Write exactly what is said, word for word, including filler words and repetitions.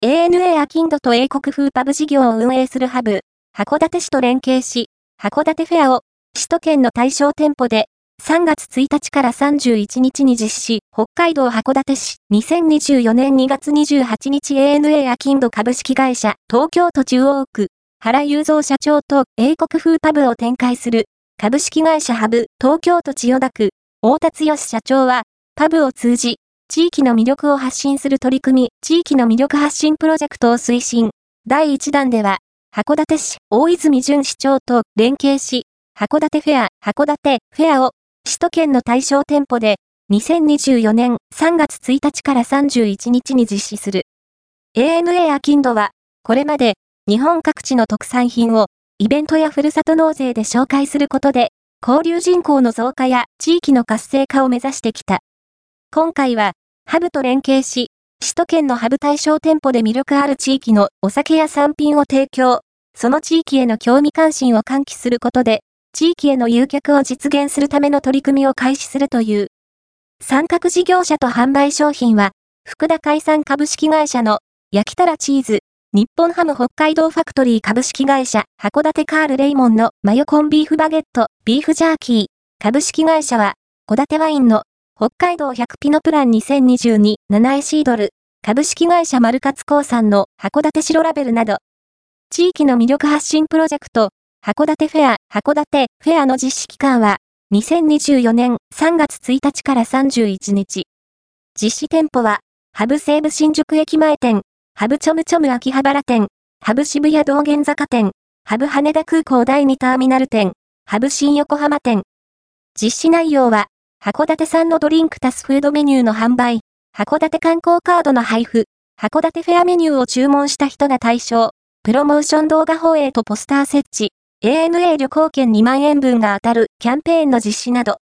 エーエヌエー アキンドと英国風パブ事業を運営するハブ、函館市と連携し、函館フェアを首都圏の対象店舗でさんがつついたちからさんじゅういちにちに実施、北海道函館市にせんにじゅうよねんにがつにじゅうはちにち エーエヌエー アキンド株式会社東京都中央区原雄三社長と英国風パブを展開する株式会社ハブ東京都千代田区太田剛社長はパブを通じ地域の魅力を発信する取り組み地域の魅力発信プロジェクトを推進。だいいちだんでは函館市大泉潤市長と連携し函館フェア函館フェアを首都圏の対象店舗でにせんにじゅうよねんさんがつついたちからさんじゅういちにちに実施する。エーエヌエー アキンドはこれまで日本各地の特産品をイベントやふるさと納税で紹介することで交流人口の増加や地域の活性化を目指してきた。今回はハブと連携し首都圏のハブ対象店舗で魅力ある地域のお酒や産品を提供。その地域への興味関心を喚起することで地域への誘客を実現するための取り組みを開始するという。参画事業者と販売商品は、福田海産株式会社の焼きたらチーズ、日本ハム北海道ファクトリー株式会社函館カールレイモンのマヨコンビーフバゲット、ビーフジャーキー、株式会社は、小館ワインの北海道ひゃくピノプランにせんにじゅうに、ななエシードル、株式会社マルカツ興産の函館白ラベルなど、地域の魅力発信プロジェクト、函館フェア、函館フェアの実施期間は、にせんにじゅうよねんさんがつついたちからさんじゅういちにち。実施店舗は、ハブ西武新宿駅前店、ハブチョムチョム秋葉原店、ハブ渋谷道玄坂店、ハブ羽田空港だいにターミナル店、ハブ新横浜店。実施内容は、函館産のドリンクタスフードメニューの販売、函館観光カードの配布、函館フェアメニューを注文した人が対象、プロモーション動画放映とポスター設置、エーエヌエー 旅行券にまんえんぶんが当たるキャンペーンの実施など、